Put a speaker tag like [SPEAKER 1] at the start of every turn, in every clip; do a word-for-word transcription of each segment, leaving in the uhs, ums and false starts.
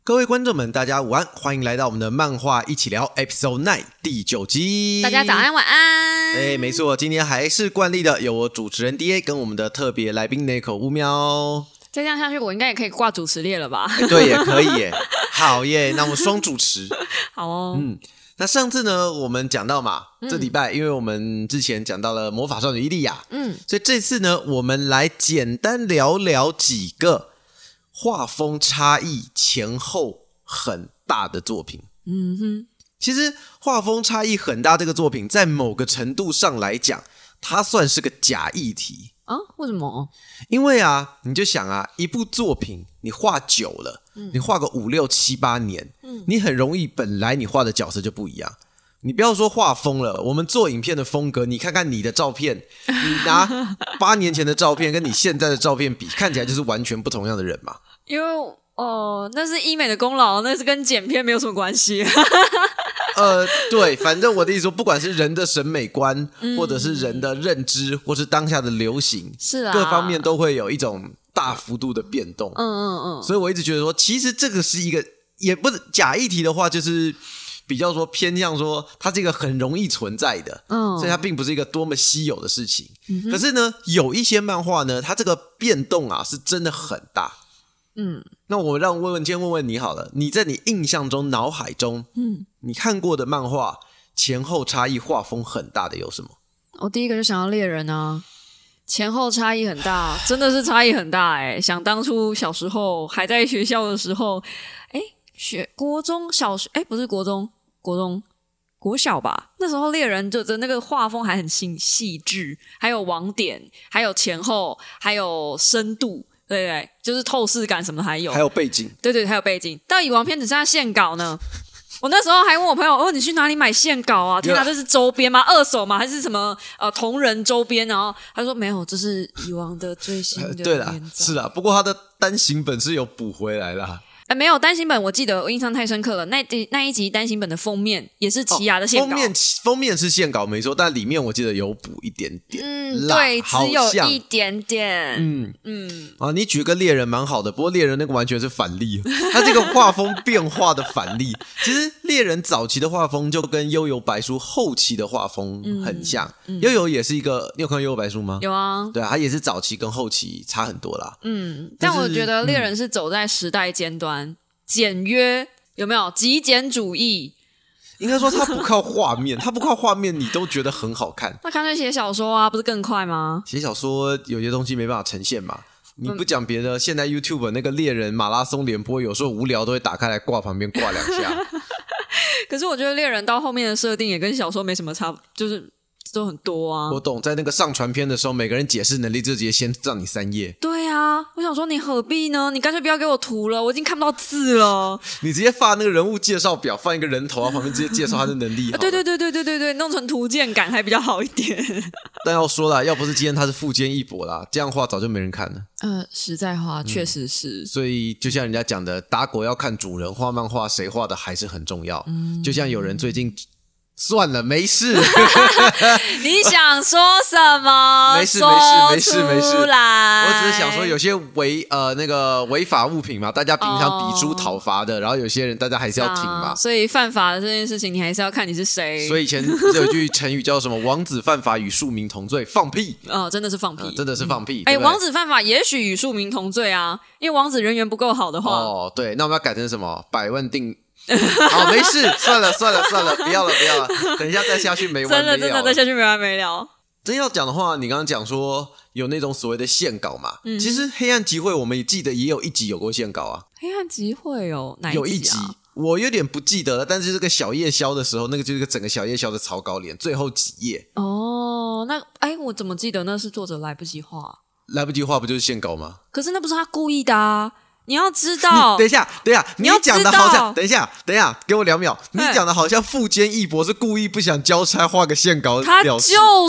[SPEAKER 1] 各位观众们大家午安，欢迎来到我们的漫画一起聊 Episode 九 第九集。
[SPEAKER 2] 大家早安晚安。
[SPEAKER 1] 哎，没错，今天还是惯例的有我主持人 D A 跟我们的特别来宾 Neko 乌喵。
[SPEAKER 2] 再这样下去我应该也可以挂主持列了吧？
[SPEAKER 1] 对，也可以耶。好耶，那我们双主持。
[SPEAKER 2] 好哦。
[SPEAKER 1] 嗯，那上次呢我们讲到嘛，这礼拜因为我们之前讲到了魔法少女伊利亚，嗯，所以这次呢我们来简单聊聊几个画风差异前后很大的作品。嗯哼，其实画风差异很大这个作品在某个程度上来讲它算是个假议题
[SPEAKER 2] 啊？为什么？
[SPEAKER 1] 因为啊你就想啊，一部作品你画久了、嗯、你画个五六七八年、嗯、你很容易本来你画的角色就不一样。你不要说画风了，我们做影片的风格，你看看你的照片，你拿八年前的照片跟你现在的照片比，看起来就是完全不同样的人嘛。
[SPEAKER 2] 因为哦，那是医美的功劳，那是跟剪片没有什么关系。
[SPEAKER 1] 呃，对，反正我的意思说，不管是人的审美观，嗯、或者是人的认知，或是当下的流行，
[SPEAKER 2] 是啊，
[SPEAKER 1] 各方面都会有一种大幅度的变动。嗯嗯嗯。所以我一直觉得说，其实这个是一个，也不是假议题的话，就是比较说偏向说，它是一个很容易存在的，嗯，所以它并不是一个多么稀有的事情。嗯、可是呢，有一些漫画呢，它这个变动啊，是真的很大。嗯，那我让问问，先问问你好了，你在你印象中、脑海中，嗯，你看过的漫画前后差异、画风很大的有什么？
[SPEAKER 2] 我第一个就想到猎人啊，前后差异很大，真的是差异很大哎、欸。想当初小时候还在学校的时候，哎，学国中小学，哎，不是国中，国中国小吧？那时候猎人就的那个画风还很细细致，还有网点，还有前后，还有深度。对对，就是透视感什么的还有，
[SPEAKER 1] 还有背景，
[SPEAKER 2] 对对，还有背景。到蚁王篇只剩下线稿呢。我那时候还问我朋友：“哦，你去哪里买线稿啊？天哪，这是周边吗？二手吗？还是什么呃同人周边？”然后他说：“没有，这是蚁王的最新的连载。”
[SPEAKER 1] 对啦，是啦，不过他的单行本是有补回来啦。
[SPEAKER 2] 呃，没有单行本，我记得我印象太深刻了。那那一集单行本的封面也是奇亚的线稿，哦、
[SPEAKER 1] 封面封面是线稿没错，但里面我记得有补一点点。
[SPEAKER 2] 嗯，对，只有一点点。嗯
[SPEAKER 1] 嗯啊，你举个猎人蛮好的，不过猎人那个完全是反例，他这个画风变化的反例。其实猎人早期的画风就跟幽游白书后期的画风很像。嗯嗯、幽游也是一个，你有看过幽游白书吗？
[SPEAKER 2] 有啊，
[SPEAKER 1] 对啊，他也是早期跟后期差很多啦。
[SPEAKER 2] 嗯，但我觉得猎人是走在时代尖端。嗯简约有没有极简主义？
[SPEAKER 1] 应该说他不靠画面，他不靠画面你都觉得很好看。
[SPEAKER 2] 那干脆写小说啊，不是更快吗？
[SPEAKER 1] 写小说有些东西没办法呈现嘛。你不讲别的，现在 YouTube 那个猎人马拉松联播，有时候无聊都会打开来挂旁边挂两下。
[SPEAKER 2] 可是我觉得猎人到后面的设定也跟小说没什么差，就是都很多啊。
[SPEAKER 1] 我懂，在那个上传篇的时候，每个人解释能力就直接先让你三页。
[SPEAKER 2] 对啊，我想说你何必呢？你干脆不要给我图了，我已经看不到字了。
[SPEAKER 1] 你直接发那个人物介绍表，放一个人头啊，旁边直接介绍他的能力好了。
[SPEAKER 2] 对对对对对对对，弄成图鉴感还比较好一点。
[SPEAKER 1] 但要说啦，要不是今天他是富坚义博啦，这样画早就没人看了。
[SPEAKER 2] 呃，实在话确实是、
[SPEAKER 1] 嗯。所以就像人家讲的，打狗要看主人，画漫画谁画的还是很重要。嗯、就像有人最近。算了，没事。
[SPEAKER 2] 你想说什么？
[SPEAKER 1] 没事，没事，没事，没事。
[SPEAKER 2] 我
[SPEAKER 1] 只是想说，有些违呃那个违法物品嘛，大家平常比猪讨伐的，哦、然后有些人大家还是要挺嘛、啊。
[SPEAKER 2] 所以犯法的这件事情，你还是要看你是谁。
[SPEAKER 1] 所以以前有一句成语叫什么“王子犯法与庶民同罪”，放屁！
[SPEAKER 2] 哦，真的是放屁，呃、
[SPEAKER 1] 真的是放屁。
[SPEAKER 2] 哎、嗯，王子犯法也许与庶民同罪啊，因为王子人缘不够好的话。
[SPEAKER 1] 哦，对，那我们要改成什么？百万定。好，没事，算了算了算了，不要了不要了，等一下再下去没完没了。
[SPEAKER 2] 真的真的再下去没完没了。
[SPEAKER 1] 真要讲的话，你刚刚讲说有那种所谓的线稿嘛，嗯、其实黑暗集会我们也记得也有一集有过线稿啊。
[SPEAKER 2] 黑暗集会哦，哪一集啊？
[SPEAKER 1] 有一集我有点不记得了，但是这个小夜宵的时候，那个就是个整个小夜宵的草稿脸，最后几页。
[SPEAKER 2] 哦，那哎，我怎么记得那是作者来不及画？
[SPEAKER 1] 来不及画不就是线稿吗？
[SPEAKER 2] 可是那不是他故意的啊。你要知道，
[SPEAKER 1] 等一下，等一下，
[SPEAKER 2] 你
[SPEAKER 1] 讲的好像，等一下，等一下，给我两秒。你讲的好像富坚义博是故意不想交差，画个线稿
[SPEAKER 2] 他就是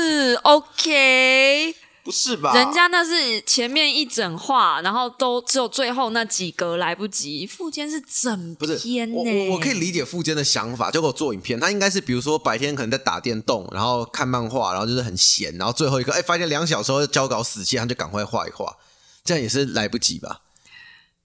[SPEAKER 2] OK，
[SPEAKER 1] 不是吧？
[SPEAKER 2] 人家那是前面一整画，然后都只有最后那几格来不及。富坚是整篇呢、
[SPEAKER 1] 欸，我我可以理解富坚的想法，就给我做影片，他应该是比如说白天可能在打电动，然后看漫画，然后就是很闲，然后最后一个哎发现两小时后交稿死期，他就赶快画一画，这样也是来不及吧？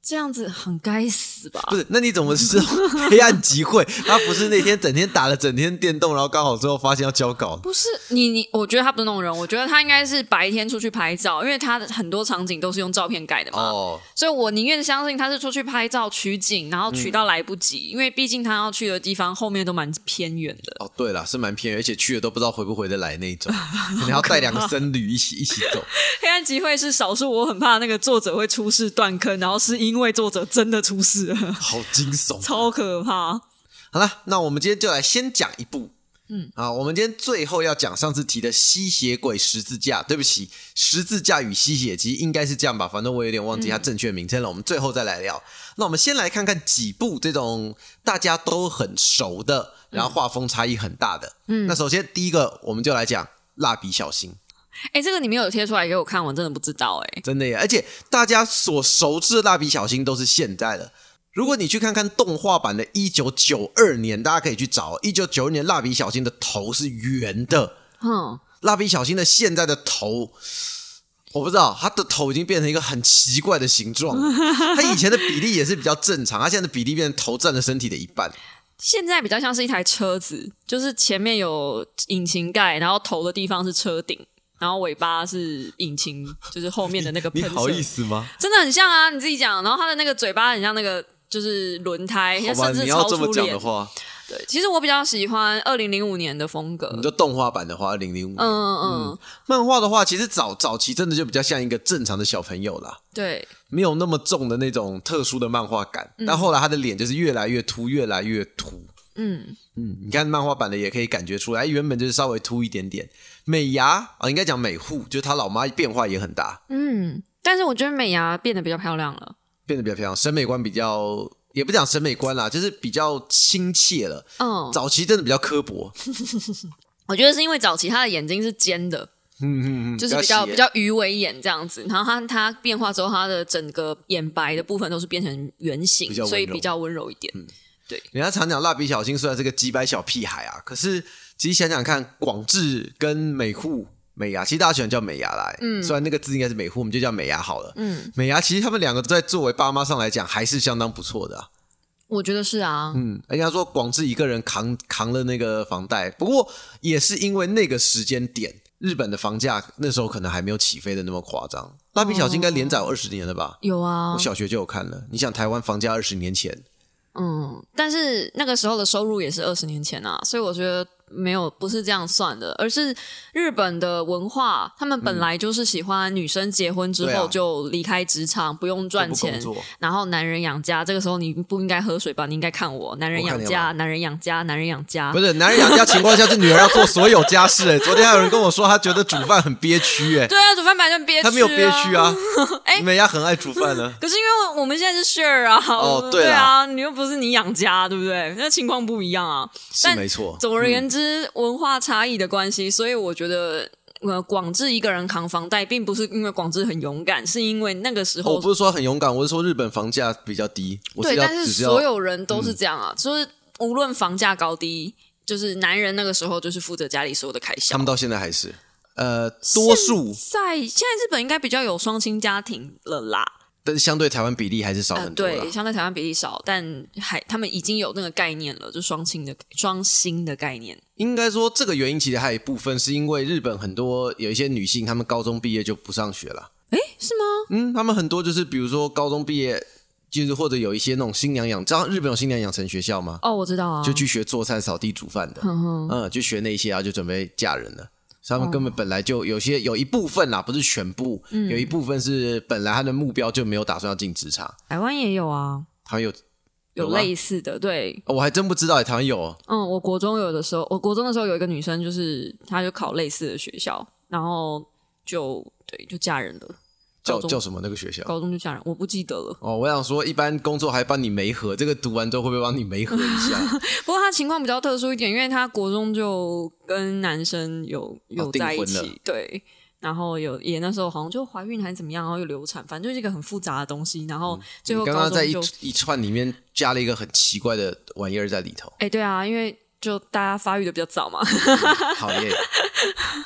[SPEAKER 2] 这样子很该死吧？
[SPEAKER 1] 不是，那你怎么知道黑暗集会？他不是那天整天打了整天电动，然后刚好之后发现要交稿？
[SPEAKER 2] 不是你你，我觉得他不是那种人，我觉得他应该是白天出去拍照，因为他的很多场景都是用照片改的嘛。哦，所以我宁愿相信他是出去拍照取景，然后取到来不及，嗯、因为毕竟他要去的地方后面都蛮偏远的。
[SPEAKER 1] 哦，对了，是蛮偏远，而且去了都不知道回不回得来那种，可能要带两个僧侣一起一起走。
[SPEAKER 2] 黑暗集会是少数我很怕那个作者会出事断坑，然后是因为作者真的出事了，
[SPEAKER 1] 好惊悚，
[SPEAKER 2] 超可怕。
[SPEAKER 1] 好了，那我们今天就来先讲一部，嗯，啊，我们今天最后要讲上次提的吸血鬼十字架，对不起，十字架与吸血姬应该是这样吧，反正我有点忘记它正确名称了，嗯、我们最后再来聊。那我们先来看看几部这种大家都很熟的，然后画风差异很大的。嗯，那首先第一个我们就来讲蜡笔小新。
[SPEAKER 2] 哎、欸，这个你没有贴出来给我看，我真的不知道哎、欸，
[SPEAKER 1] 真的耶！而且大家所熟知的蜡笔小新都是现在的。如果你去看看动画版的一九九二年，大家可以去找一九九二年蜡笔小新的头是圆的。嗯，蜡笔小新的现在的头，我不知道，他的头已经变成一个很奇怪的形状。他以前的比例也是比较正常，他现在的比例变成头占了身体的一半。
[SPEAKER 2] 现在比较像是一台车子，就是前面有引擎盖，然后头的地方是车顶。然后尾巴是引擎，就是后面的那个喷射。
[SPEAKER 1] 你好意思吗？
[SPEAKER 2] 真的很像啊，你自己讲。然后它的那个嘴巴很像那个，就是轮胎，
[SPEAKER 1] 好吧，
[SPEAKER 2] 甚至
[SPEAKER 1] 你要这么讲的话，
[SPEAKER 2] 对，其实我比较喜欢二零零五年的风格。
[SPEAKER 1] 你就动画版的话，二零零五年，
[SPEAKER 2] 嗯嗯嗯，
[SPEAKER 1] 漫画的话，其实早早期真的就比较像一个正常的小朋友啦。
[SPEAKER 2] 对，
[SPEAKER 1] 没有那么重的那种特殊的漫画感。嗯、但后来他的脸就是越来越凸，越来越凸。嗯嗯，你看漫画版的也可以感觉出来，原本就是稍微凸一点点。美伢啊、哦，应该讲美户，就是他老妈变化也很大。
[SPEAKER 2] 嗯，但是我觉得美伢变得比较漂亮了，
[SPEAKER 1] 变得比较漂亮，审美观比较，也不讲审美观啦，就是比较亲切了。嗯，早期真的比较刻薄。
[SPEAKER 2] 我觉得是因为早期他的眼睛是尖的。嗯嗯嗯，就是比较比较鱼尾眼这样子，然后他他变化之后，他的整个眼白的部分都是变成圆形，所以比较温柔一点。嗯，对，
[SPEAKER 1] 人家常讲蜡笔小新虽然是个鸡掰小屁孩啊，可是其实想想看，广志跟美户美伢，其实大家喜欢叫美伢啦、欸，嗯，虽然那个字应该是美户，我们就叫美伢好了。嗯，美伢其实他们两个在作为爸妈上来讲，还是相当不错的、啊。
[SPEAKER 2] 我觉得是啊，
[SPEAKER 1] 嗯，人家说广志一个人扛扛了那个房贷，不过也是因为那个时间点，日本的房价那时候可能还没有起飞的那么夸张。蜡笔小新应该连载有二十年了吧？
[SPEAKER 2] 有啊，
[SPEAKER 1] 我小学就有看了。你想台湾房价二十年前？
[SPEAKER 2] 嗯，但是那个时候的收入也是二十年前啊，所以我觉得没有不是这样算的，而是日本的文化，他们本来就是喜欢女生结婚之后就离开职场，不用赚钱，然后男人养家。这个时候你不应该喝水吧？你应该看我，男人养家，男人养家，男人养家。
[SPEAKER 1] 不是男人养家情况下，是女儿要做所有家事、欸。昨天还有人跟我说，他觉得煮饭很憋屈、欸。
[SPEAKER 2] 对啊，煮饭本来就憋屈、啊，
[SPEAKER 1] 他没有憋屈啊。哎，美伢很爱煮饭呢。
[SPEAKER 2] 可是因为我们现在是 share 啊，
[SPEAKER 1] 哦，对,
[SPEAKER 2] 对啊，你又不是你养家，对不对？那情况不一样啊。
[SPEAKER 1] 是没错。
[SPEAKER 2] 总而言之，嗯、文化差异的关系，所以我觉得，呃，广志一个人扛房贷，并不是因为广志很勇敢，是因为那个时候、
[SPEAKER 1] 哦、我不是说很勇敢，我是说日本房价比较低。我是
[SPEAKER 2] 对，但是所有人都是这样啊，嗯、就是无论房价高低，就是男人那个时候就是负责家里所有的开销。
[SPEAKER 1] 他们到现在还是，呃，多数
[SPEAKER 2] 在现在日本应该比较有双亲家庭了啦。
[SPEAKER 1] 但是相对台湾比例还是少很多、呃、
[SPEAKER 2] 对，相对台湾比例少，但还他们已经有那个概念了，就双亲的双薪的概念。
[SPEAKER 1] 应该说这个原因其实还有一部分是因为日本很多有一些女性，她们高中毕业就不上学了。
[SPEAKER 2] 诶，是吗？
[SPEAKER 1] 嗯，她们很多就是比如说高中毕业，就是或者有一些那种新娘养，知道日本有新娘养成学校吗？
[SPEAKER 2] 哦，我知道啊，
[SPEAKER 1] 就去学做菜、扫地、煮饭的，哼哼嗯，就学那些，然后就准备嫁人了。他们根本本来就有些有一部分啦，不是全部，嗯、有一部分是本来他的目标就没有打算要进职场。
[SPEAKER 2] 台湾也有啊，
[SPEAKER 1] 台湾有
[SPEAKER 2] 有类似的，对、
[SPEAKER 1] 哦，我还真不知道台湾有、哦。
[SPEAKER 2] 嗯，我国中有的时候，我国中的时候有一个女生，就是她就考类似的学校，然后就对就嫁人了。
[SPEAKER 1] 叫叫什么那个学校？
[SPEAKER 2] 高中就嫁人，我不记得了。
[SPEAKER 1] 哦，我想说，一般工作还帮你媒合，这个读完之后会不会帮你媒合一下？
[SPEAKER 2] 不过他情况比较特殊一点，因为他国中就跟男生有有在一起，哦、对，然后有也那时候好像就怀孕还是怎么样，然后又流产，反正就是一个很复杂的东西。然后最后高中就、嗯、刚刚
[SPEAKER 1] 在一一串里面加了一个很奇怪的玩意儿在里头。
[SPEAKER 2] 哎，对啊，因为就大家发育的比较早嘛。
[SPEAKER 1] 嗯、好耶。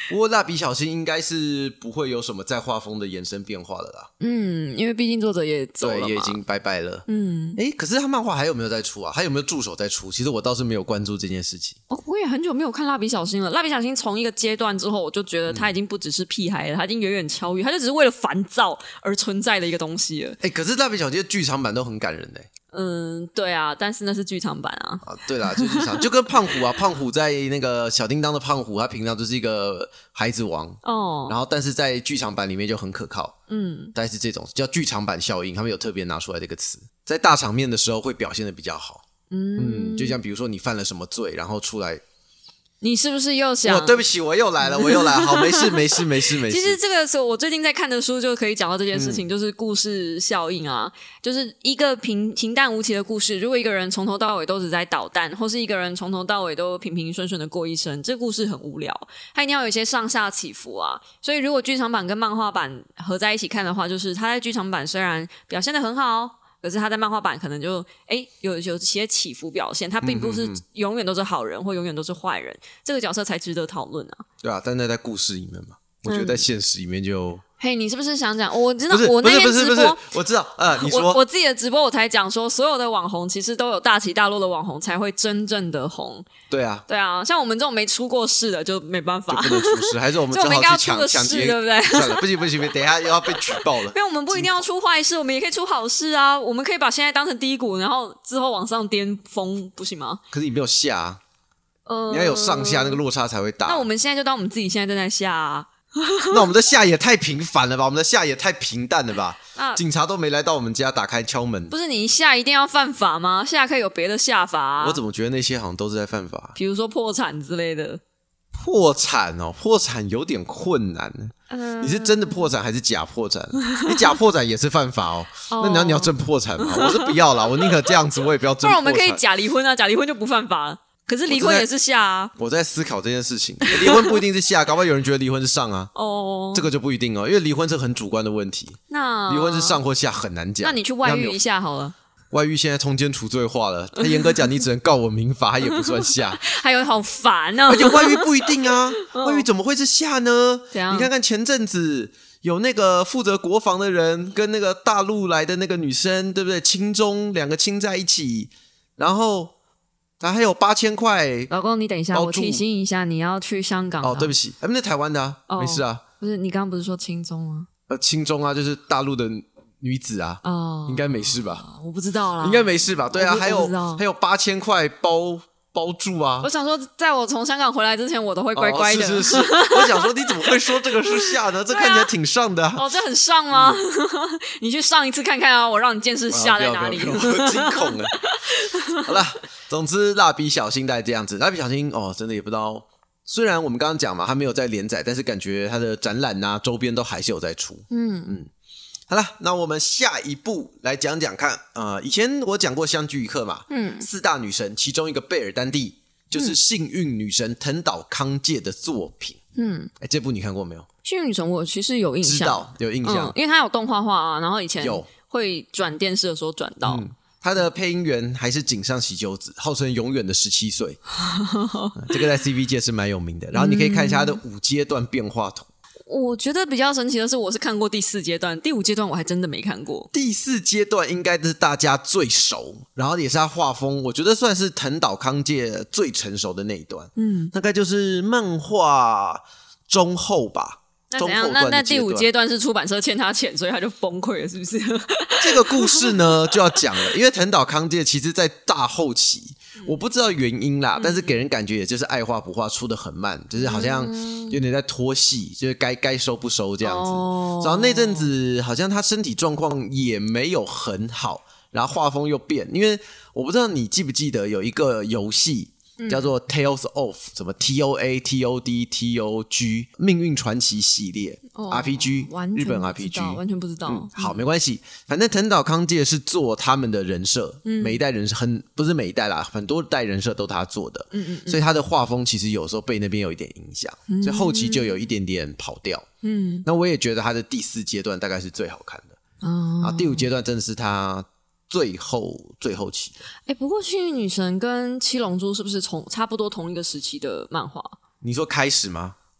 [SPEAKER 1] 不过蜡笔小新应该是不会有什么在画风的延伸变化了啦。
[SPEAKER 2] 嗯，因为毕竟作者也走了嘛，
[SPEAKER 1] 对，也已经拜拜了。
[SPEAKER 2] 嗯，
[SPEAKER 1] 哎，可是他漫画还有没有在出啊？还有没有助手在出？其实我倒是没有关注这件事情。
[SPEAKER 2] 哦，我也很久没有看蜡笔小新了。蜡笔小新从一个阶段之后，我就觉得他已经不只是屁孩了，他已经远远超越，他就只是为了烦躁而存在的一个东西了。
[SPEAKER 1] 哎，可是蜡笔小新的剧场版都很感人哎。
[SPEAKER 2] 嗯，对啊，但是那是剧场版啊。
[SPEAKER 1] 啊，对啦，就剧场，就跟胖虎啊，胖虎在那个小叮当的胖虎，他平常就是一个孩子王哦，然后但是在剧场版里面就很可靠，嗯，大概是这种叫剧场版效应，他们有特别拿出来这个词，在大场面的时候会表现的比较好，嗯, 嗯，就像比如说你犯了什么罪，然后出来。
[SPEAKER 2] 你是不是又想？
[SPEAKER 1] 哦，对不起，我又来了，我又来了。好，没事，没事，没事，没事。
[SPEAKER 2] 其实这个时候，我最近在看的书就可以讲到这件事情，嗯、就是故事效应啊，就是一个平平淡无奇的故事。如果一个人从头到尾都只在捣蛋，或是一个人从头到尾都平平顺顺的过一生，这个故事很无聊。它一定要有一些上下起伏啊。所以，如果剧场版跟漫画版合在一起看的话，就是它在剧场版虽然表现得很好。可是他在漫画版可能就哎有有些起伏表现，他并不是永远都是好人、嗯、或永远都是坏人，这个角色才值得讨论啊。
[SPEAKER 1] 对啊，但那在故事里面嘛，我觉得在现实里面就。嗯
[SPEAKER 2] 嘿， hey, 你是不是想讲？我知道，我那天直播，
[SPEAKER 1] 不是不是不是我知道，呃，你说
[SPEAKER 2] 我我自己的直播，我才讲说，所有的网红其实都有大起大落的网红才会真正的红。
[SPEAKER 1] 对啊，
[SPEAKER 2] 对啊，像我们这种没出过事的就没办法，
[SPEAKER 1] 就不能出事，还是我们正好去抢抢劫，
[SPEAKER 2] 对不对？
[SPEAKER 1] 算了，不行不行，等一下又要被举报了。
[SPEAKER 2] 因为我们不一定要出坏事，我们也可以出好事啊。我们可以把现在当成低谷，然后之后往上巅峰，不行吗？
[SPEAKER 1] 可是你没有下啊，呃，你要有上下，那个落差才会大。
[SPEAKER 2] 那我们现在就当我们自己现在正在下啊。
[SPEAKER 1] 那我们的下也太平凡了吧，我们的下也太平淡了吧、啊、警察都没来到我们家打开敲门。
[SPEAKER 2] 不是你下一定要犯法吗？下可以有别的下法、啊、
[SPEAKER 1] 我怎么觉得那些好像都是在犯法，
[SPEAKER 2] 比如说破产之类的。
[SPEAKER 1] 破产哦，破产有点困难、嗯、你是真的破产还是假破产？你假破产也是犯法哦。那你要你要真破产吗？我是不要啦，我宁可这样子我也不要真破产。
[SPEAKER 2] 不然我们可以假离婚啊，假离婚就不犯法了。可是离婚也是下啊！
[SPEAKER 1] 我在思考这件事情，离婚不一定是下，搞不好有人觉得离婚是上啊。哦，这个就不一定哦，因为离婚是很主观的问题。
[SPEAKER 2] 那
[SPEAKER 1] 离婚是上或下很难讲。
[SPEAKER 2] 那你去外遇一下好了。
[SPEAKER 1] 外遇现在通奸除罪化了，他严格讲你只能告我民法，他也不算下。
[SPEAKER 2] 还有好烦哦！
[SPEAKER 1] 而且外遇不一定啊，外遇怎么会是下呢？
[SPEAKER 2] 怎样？
[SPEAKER 1] 你看看前阵子有那个负责国防的人跟那个大陆来的那个女生，对不对？亲中两个亲在一起，然后。他还有八千块，
[SPEAKER 2] 老公，你等一下，我提醒一下，你要去香港
[SPEAKER 1] 哦。对不起，哎，那台湾的啊，哦、没事啊。
[SPEAKER 2] 不是，你刚刚不是说亲中吗？
[SPEAKER 1] 呃，亲中啊，就是大陆的女子啊，哦，应该没事吧？
[SPEAKER 2] 我不知道啦，
[SPEAKER 1] 应该没事吧？对啊，还有还有八千块包包住啊。
[SPEAKER 2] 我想说，在我从香港回来之前，我都会乖乖的。
[SPEAKER 1] 哦、是是是，我想说，你怎么会说这个是下呢？这看起来挺上的、啊。
[SPEAKER 2] 哦，这很上吗？嗯、你去上一次看看啊，我让你见识下在哪里。
[SPEAKER 1] 我惊恐了。好了。总之，蜡笔小新大概这样子。蜡笔小新哦，真的也不知道。虽然我们刚刚讲嘛，他没有在连载，但是感觉他的展览啊、周边都还是有在出。嗯嗯。好了，那我们下一步来讲讲看。呃，以前我讲过相聚一刻嘛，嗯，四大女神其中一个贝尔丹蒂就是幸运女神藤岛康介的作品。嗯，哎，这部你看过没有？
[SPEAKER 2] 幸运女神我其实有印象，
[SPEAKER 1] 知道有印象、
[SPEAKER 2] 嗯，因为它有动画化啊，然后以前有会转电视的时候转到。
[SPEAKER 1] 嗯，他的配音员还是井上喜久子，号称永远的十七岁，这个在 C V 界是蛮有名的。然后你可以看一下他的五阶段变化图。
[SPEAKER 2] 我觉得比较神奇的是，我是看过第四阶段，第五阶段我还真的没看过。
[SPEAKER 1] 第四阶段应该是大家最熟，然后也是他画风，我觉得算是藤岛康介最成熟的那一段。嗯，大概就是漫画中后吧。
[SPEAKER 2] 那怎样？那那第五阶段是出版社欠他钱，所以他就崩溃了，是不是？
[SPEAKER 1] 这个故事呢就要讲了，因为藤岛康介其实在大后期，嗯、我不知道原因啦，嗯、但是给人感觉也就是爱画不画，出得很慢，就是好像有点在拖戏，就是该该收不收这样子。哦、然后那阵子好像他身体状况也没有很好，然后画风又变，因为我不知道你记不记得有一个游戏。叫做 Tales of 什么 T O A T O D T O G 命运传奇系列、哦、R P G 日本 R P G
[SPEAKER 2] 完全不知道、嗯、
[SPEAKER 1] 好没关系，反正藤岛康介是做他们的人设、嗯、每一代人设很不是每一代啦，很多代人设都他做的、嗯嗯嗯、所以他的画风其实有时候被那边有一点影响、嗯、所以后期就有一点点跑掉。嗯，那我也觉得他的第四阶段大概是最好看的、哦、然后第五阶段真的是他最后最后期的。
[SPEAKER 2] 哎，不过幸运女神跟七龙珠是不是从差不多同一个时期的漫画？
[SPEAKER 1] 你说开始吗？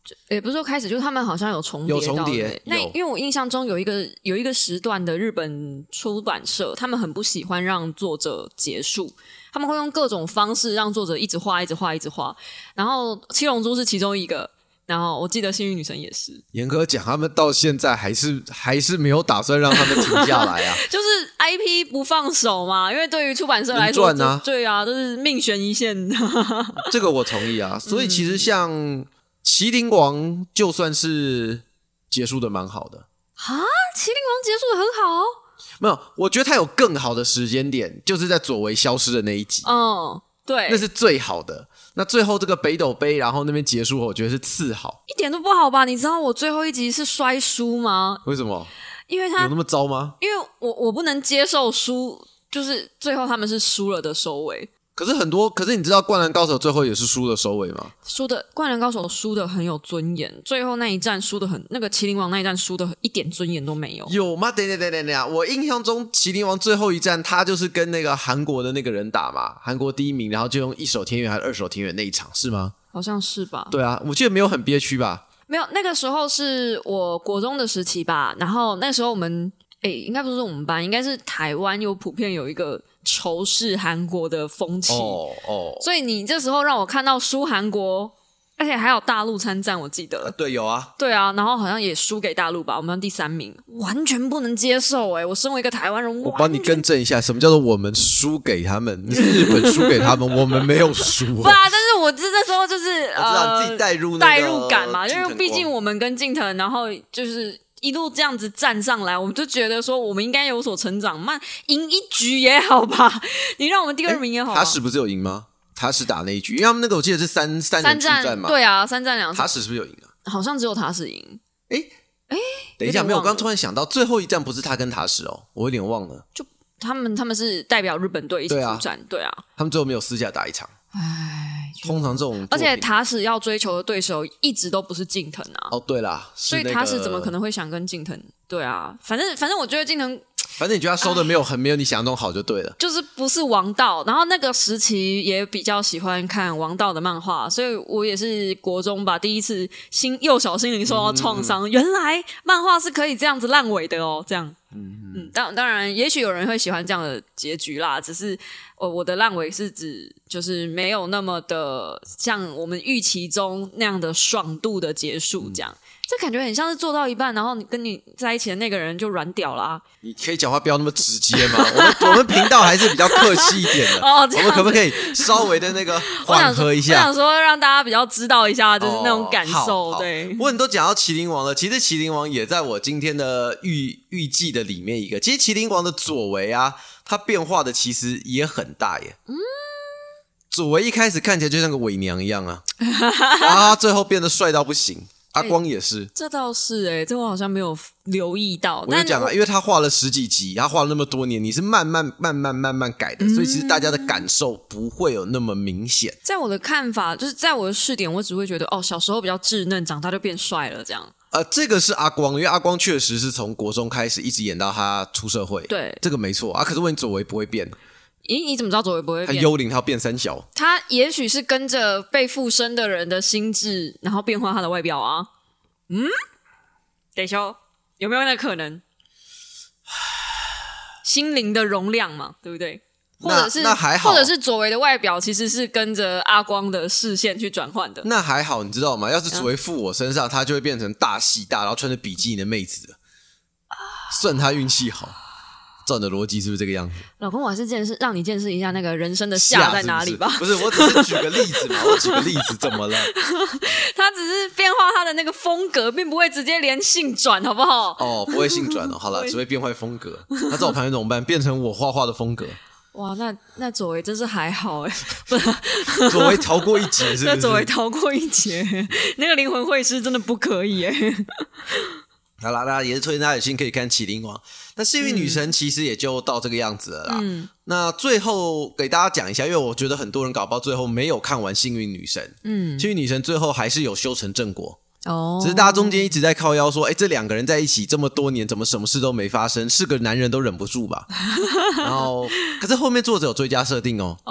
[SPEAKER 2] 也不是说开始，就是他们好像有重叠，
[SPEAKER 1] 有重叠。
[SPEAKER 2] 那因为我印象中有一个有一个时段的日本出版社，他们很不喜欢让作者结束，他们会用各种方式让作者一直画、一直画、一直画。然后七龙珠是其中一个，然后我记得幸运女神也是。
[SPEAKER 1] 严格讲，他们到现在还是还是没有打算让他们停下来啊，
[SPEAKER 2] 就是 I P 不放手嘛，因为对于出版社来说，
[SPEAKER 1] 啊
[SPEAKER 2] 对啊，都是命悬一线。
[SPEAKER 1] 这个我同意啊，所以其实像麒麟王就算是结束的蛮好的
[SPEAKER 2] 啊，麒麟王结束的很好，
[SPEAKER 1] 没有，我觉得他有更好的时间点，就是在佐为消失的那一集，
[SPEAKER 2] 嗯，对，
[SPEAKER 1] 那是最好的。那最后这个北斗杯，然后那边结束，我觉得是次好，
[SPEAKER 2] 一点都不好吧？你知道我最后一集是摔书吗？
[SPEAKER 1] 为什么？
[SPEAKER 2] 因为他
[SPEAKER 1] 有那么糟吗？
[SPEAKER 2] 因为我我不能接受输，就是最后他们是输了的收尾。
[SPEAKER 1] 可是很多，可是你知道《灌篮高手》最后也是输的收尾吗？
[SPEAKER 2] 输的《灌篮高手》输的很有尊严，最后那一战输的很，那个麒麟王那一战输的一点尊严都没有。
[SPEAKER 1] 有吗？等等等等等，我印象中麒麟王最后一战，他就是跟那个韩国的那个人打嘛，韩国第一名，然后就用一手天元还是二手天元那一场是吗？
[SPEAKER 2] 好像是吧？
[SPEAKER 1] 对啊，我记得没有很憋屈吧？
[SPEAKER 2] 没有，那个时候是我国中的时期吧，然后那时候我们。诶，应该不是我们班，应该是台湾有普遍有一个仇视韩国的风气
[SPEAKER 1] 哦哦，
[SPEAKER 2] 所以你这时候让我看到输韩国，而且还有大陆参战，我记得、
[SPEAKER 1] 啊、对有啊，
[SPEAKER 2] 对啊，然后好像也输给大陆吧，我们第三名，完全不能接受诶、欸、我身为一个台湾人，
[SPEAKER 1] 我帮你更正一下，什么叫做我们输给他们？你是日本输给他们，我们没有输、啊。
[SPEAKER 2] 不啊，但是我这那时候就是
[SPEAKER 1] 我知道你自己带入
[SPEAKER 2] 代入感嘛，因为毕竟我们跟近藤，然后就是。一路这样子站上来，我们就觉得说我们应该有所成长嘛，赢一局也好吧，你让我们第二名也好、啊。
[SPEAKER 1] 塔矢不是有赢吗？塔矢打那一局，因为他们那个我记得是三三人出战嘛，
[SPEAKER 2] 对啊，三战两胜。
[SPEAKER 1] 塔矢是不是有赢啊？
[SPEAKER 2] 好像只有塔矢赢。
[SPEAKER 1] 哎哎，等一下，没有，我刚突然想到，最后一战不是他跟塔矢哦，我有点忘了。
[SPEAKER 2] 就他们他们是代表日本队一起出战，对啊，对啊，
[SPEAKER 1] 他们最后没有私下打一场。唉，通常这种，
[SPEAKER 2] 而且塔矢要追求的对手一直都不是近藤啊。
[SPEAKER 1] 哦，对啦，
[SPEAKER 2] 所以塔矢怎么可能会想跟近藤？对啊，反正反正我觉得近藤，
[SPEAKER 1] 反正你觉得他收的没有很没有你想象中好就对了，
[SPEAKER 2] 就是不是王道。然后那个时期也比较喜欢看王道的漫画，所以我也是国中吧，第一次心幼小心灵受到创伤、嗯，原来漫画是可以这样子烂尾的哦，这样。嗯嗯，当当然，也许有人会喜欢这样的结局啦，只是。呃，我的烂尾是指就是没有那么的像我们预期中那样的爽度的结束，这样、嗯、这感觉很像是做到一半，然后你跟你在一起的那个人就软屌啦、啊。
[SPEAKER 1] 你可以讲话不要那么直接吗？我们我们频道还是比较客气一点的，哦、我们可不可以稍微的那个缓和一下？
[SPEAKER 2] 我想说，我想说让大家比较知道一下，就是那种感受。
[SPEAKER 1] 哦、
[SPEAKER 2] 对，
[SPEAKER 1] 我很多讲到麒麟王了，其实麒麟王也在我今天的预预计的里面一个。其实麒麟王的左为啊。他变化的其实也很大耶，嗯，佐为一开始看起来就像个伪娘一样啊，啊，最后变得帅到不行。阿光也是，欸、
[SPEAKER 2] 这倒是哎、欸，这我好像没有留意到。
[SPEAKER 1] 我就讲啊，因为他画了十几集，他画了那么多年，你是慢慢慢慢慢慢改的、嗯，所以其实大家的感受不会有那么明显。
[SPEAKER 2] 在我的看法，就是在我的视点，我只会觉得哦，小时候比较稚嫩，长大就变帅了这样。
[SPEAKER 1] 呃，这个是阿光，因为阿光确实是从国中开始一直演到他出社会，
[SPEAKER 2] 对，
[SPEAKER 1] 这个没错啊。可是问你佐为不会变，
[SPEAKER 2] 咦，你怎么知道佐为不会变？
[SPEAKER 1] 他幽灵，他要变三小，
[SPEAKER 2] 他也许是跟着被附身的人的心智，然后变化他的外表啊。嗯，得说有没有那可能？心灵的容量嘛，对不对？或者是
[SPEAKER 1] 那, 那还好，
[SPEAKER 2] 或者是佐为的外表其实是跟着阿光的视线去转换的。
[SPEAKER 1] 那还好，你知道吗？要是佐为附我身上，他就会变成大戏大，然后穿着比基尼的妹子了。算他运气好，照你的逻辑是不是这个样子？
[SPEAKER 2] 老公，我还是见识让你见识一下那个人生的下在哪里吧。
[SPEAKER 1] 不是，不是，我只是举个例子嘛，我举个例子怎么了？
[SPEAKER 2] 他只是变化他的那个风格，并不会直接连性转，好不好？
[SPEAKER 1] 哦，不会性转哦。好了，只会变坏风格。那在我旁边怎么办？变成我画画的风格。
[SPEAKER 2] 哇，那那佐为真是还好哎，不是
[SPEAKER 1] 佐为逃过一劫，是不是？
[SPEAKER 2] 那佐为逃过一劫，那个灵魂会师真的不可以哎。
[SPEAKER 1] 好啦，大家也是推荐大家有心可以看《麒麟王》，那幸运女神其实也就到这个样子了啦。嗯，那最后给大家讲一下，因为我觉得很多人搞不好最后没有看完幸运女神。嗯，幸运女神最后还是有修成正果。哦，只是大家中间一直在靠腰说，哎，这两个人在一起这么多年，怎么什么事都没发生？是个男人都忍不住吧？然后，可是后面作者有追加设定哦。哦，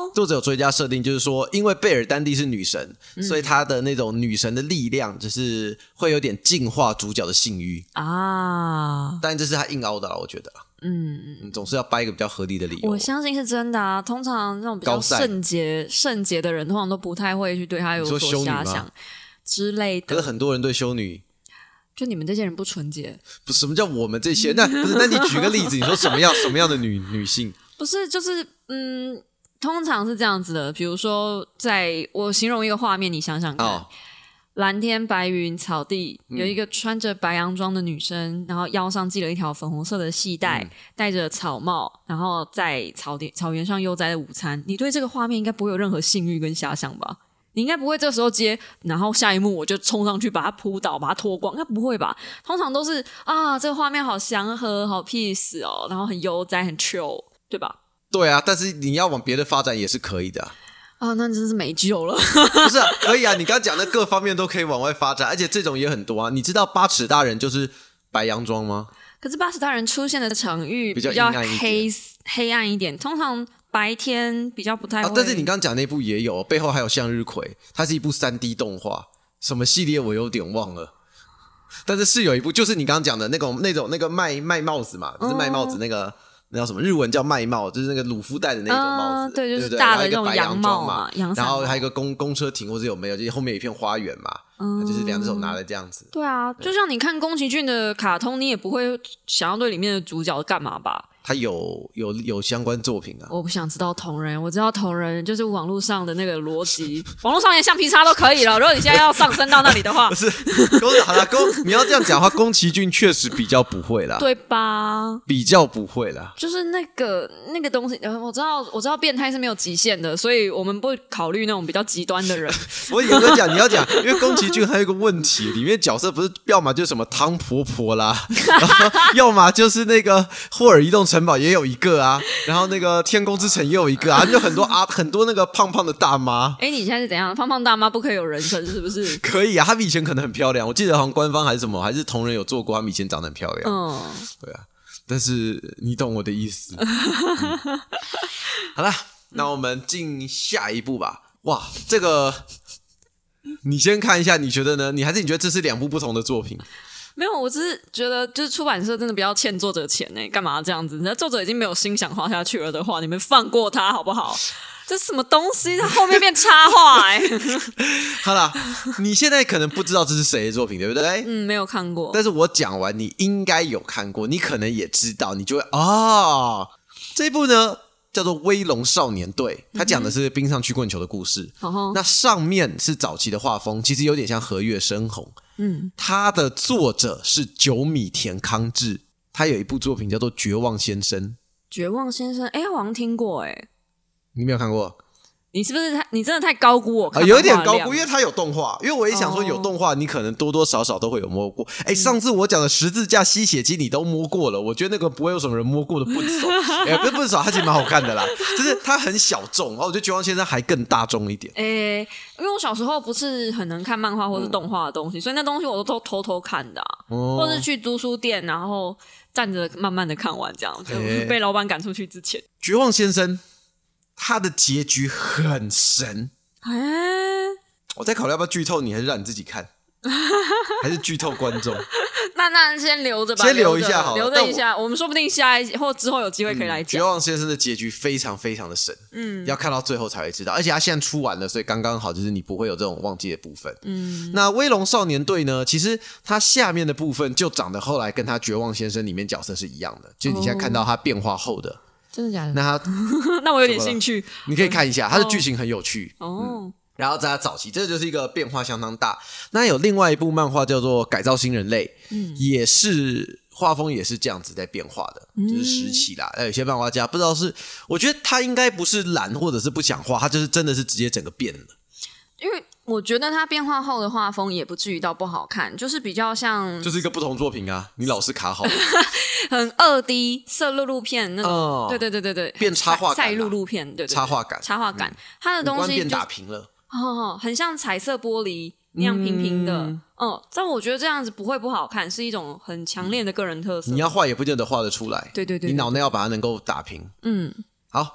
[SPEAKER 2] 哦，
[SPEAKER 1] 作者有追加设定，就是说因为贝尔丹蒂是女神、嗯、所以她的那种女神的力量就是会有点净化主角的性欲啊，但这是她硬凹的啦，我觉得嗯嗯，总是要掰一个比较合理的理由。
[SPEAKER 2] 我相信是真的啊，通常那种比较圣洁圣洁的人通常都不太会去对她有所遐想之类的。
[SPEAKER 1] 可是很多人对修女，
[SPEAKER 2] 就你们这些人不纯洁。
[SPEAKER 1] 不是，什么叫我们这些？那不是，那你举个例子，你说什么样什么样的女女性？
[SPEAKER 2] 不是，就是嗯，通常是这样子的。比如说，在我形容一个画面，你想想看。哦，蓝天白云草地，有一个穿着白洋装的女生、嗯、然后腰上系了一条粉红色的系带、嗯、戴着草帽，然后在草地草原上悠哉的午餐。你对这个画面应该不会有任何性欲跟遐想吧？你应该不会这个时候接，然后下一幕我就冲上去把他扑倒把他脱光，应该不会吧？通常都是啊，这个画面好祥和好 peace 哦，然后很悠哉很 chill， 对吧？
[SPEAKER 1] 对啊，但是你要往别的发展也是可以的啊。
[SPEAKER 2] 啊，那真是没救了。
[SPEAKER 1] 不是啊，可以啊，你刚刚讲的各方面都可以往外发展，而且这种也很多啊。你知道八尺大人就是白洋装吗？
[SPEAKER 2] 可是八尺大人出现的场域比较黑黑暗一点，通常白天比较不太会、啊、
[SPEAKER 1] 但是你刚刚讲那部也有，背后还有向日葵，它是一部 三 D 动画，什么系列我有点忘了，但是是有一部，就是你刚刚讲的那种那种那个卖卖帽子嘛，不是卖帽子那个。那叫什么？日文叫麦帽，就是那个鲁夫戴的那种帽子，
[SPEAKER 2] 嗯、对，就是大的那种洋帽
[SPEAKER 1] 嘛，然后还有一个公公车停或者有没有，就是后面有一片花园嘛，嗯、就是两只手拿的这样子。
[SPEAKER 2] 对啊，就像你看宫崎骏的卡通，你也不会想要对里面的主角干嘛吧？
[SPEAKER 1] 他有有有相关作品啊。
[SPEAKER 2] 我不想知道同人，我知道同人就是网络上的那个逻辑，网络上连橡皮擦都可以了。如果你现在要上升到那里的话，
[SPEAKER 1] 不是，好啦，宫你要这样讲的话，宫崎骏确实比较不会啦，
[SPEAKER 2] 对吧？
[SPEAKER 1] 比较不会啦，
[SPEAKER 2] 就是那个那个东西，我知道，我知道变态是没有极限的，所以我们不考虑那种比较极端的人。
[SPEAKER 1] 我严格讲，你要讲，因为宫崎骏还有一个问题，里面角色不是要么就是什么汤婆婆啦，然后要么就是那个霍尔移动城堡也有一个啊，然后那个天空之城也有一个啊，就很多啊，很多那个胖胖的大妈。
[SPEAKER 2] 哎，你现在是怎样？胖胖大妈不可以有人生是不是？
[SPEAKER 1] 可以啊，他们以前可能很漂亮，我记得好像官方还是什么，还是同人有做过，他们以前长得很漂亮。嗯，对啊，但是你懂我的意思。嗯、好啦，那我们进下一步吧。哇，这个你先看一下，你觉得呢？你还是你觉得这是两部不同的作品？
[SPEAKER 2] 没有，我只是觉得，就是出版社真的不要欠作者钱呢、欸，干嘛这样子？那作者已经没有心想画下去了的话，你们放过他好不好？这什么东西？他后面变插画哎、欸！
[SPEAKER 1] 好啦，你现在可能不知道这是谁的作品，对不对？
[SPEAKER 2] 嗯，没有看过。
[SPEAKER 1] 但是我讲完，你应该有看过，你可能也知道，你就会啊，这一部呢叫做《威龙少年队》，它讲的是冰上曲棍球的故事。嗯、那上面是早期的画风，其实有点像和月生红。嗯，他的作者是久米田康治，他有一部作品叫做《绝望先生》。
[SPEAKER 2] 绝望先生，哎，我好像听过，哎，
[SPEAKER 1] 你没有看过？
[SPEAKER 2] 你是不是太你真的太高估我看、
[SPEAKER 1] 啊？有点高估，因为它有动画。因为我也想说，有动画，你可能多多少少都会有摸过。哎、哦，上次我讲的十字架吸血机，你都摸过了，我觉得那个不会有什么人摸过的不少。哎，不是不少，它其实蛮好看的啦，就是它很小众，然后我觉得《绝望先生》还更大众一点。
[SPEAKER 2] 哎，因为我小时候不是很能看漫画或是动画的东西，嗯、所以那东西我都偷偷看的、啊，哦、或是去租书店，然后站着慢慢的看完，这样就被老板赶出去之前，《
[SPEAKER 1] 绝望先生》。他的结局很神，欸、我在考虑要不要剧透你，还是让你自己看，还是剧透观众？
[SPEAKER 2] 那那先留着吧，
[SPEAKER 1] 先留一下好了，
[SPEAKER 2] 留着一下，我, 我们说不定下一或之后有机会可以来讲。
[SPEAKER 1] 绝望先生的结局非常非常的神，嗯，要看到最后才会知道，而且他现在出完了，所以刚刚好，就是你不会有这种忘记的部分。嗯，那威龙少年队呢？其实他下面的部分就长得后来跟他绝望先生里面角色是一样的，就你现在看到他变化后的。哦，
[SPEAKER 2] 真的假的？
[SPEAKER 1] 那他
[SPEAKER 2] 那我有点兴趣，
[SPEAKER 1] 你可以看一下，他的剧情很有趣
[SPEAKER 2] 哦、嗯。
[SPEAKER 1] 然后在他早期，这就是一个变化相当大。那有另外一部漫画叫做《改造新人类》，嗯，也是画风也是这样子在变化的，嗯、就是时期啦。有些漫画家不知道是，我觉得他应该不是懒或者是不想画，他就是真的是直接整个变了。
[SPEAKER 2] 因为我觉得他变化后的画风也不至于到不好看，就是比较像，
[SPEAKER 1] 就是一个不同作品啊。你老是卡好了。
[SPEAKER 2] 很二 D 色录录片那种、哦，对对对对对，
[SPEAKER 1] 变插画感、啊，
[SPEAKER 2] 赛录录片，对对对，
[SPEAKER 1] 插画感，
[SPEAKER 2] 插画感，它、嗯、的东西、就是、
[SPEAKER 1] 变打平了，
[SPEAKER 2] 哦，很像彩色玻璃那样平平的，嗯，嗯但我觉得这样子不会不好看，是一种很强烈的个人特色。
[SPEAKER 1] 你要画也不见得画得出来，
[SPEAKER 2] 对对 对, 对，
[SPEAKER 1] 你脑内要把它能够打平，嗯，好。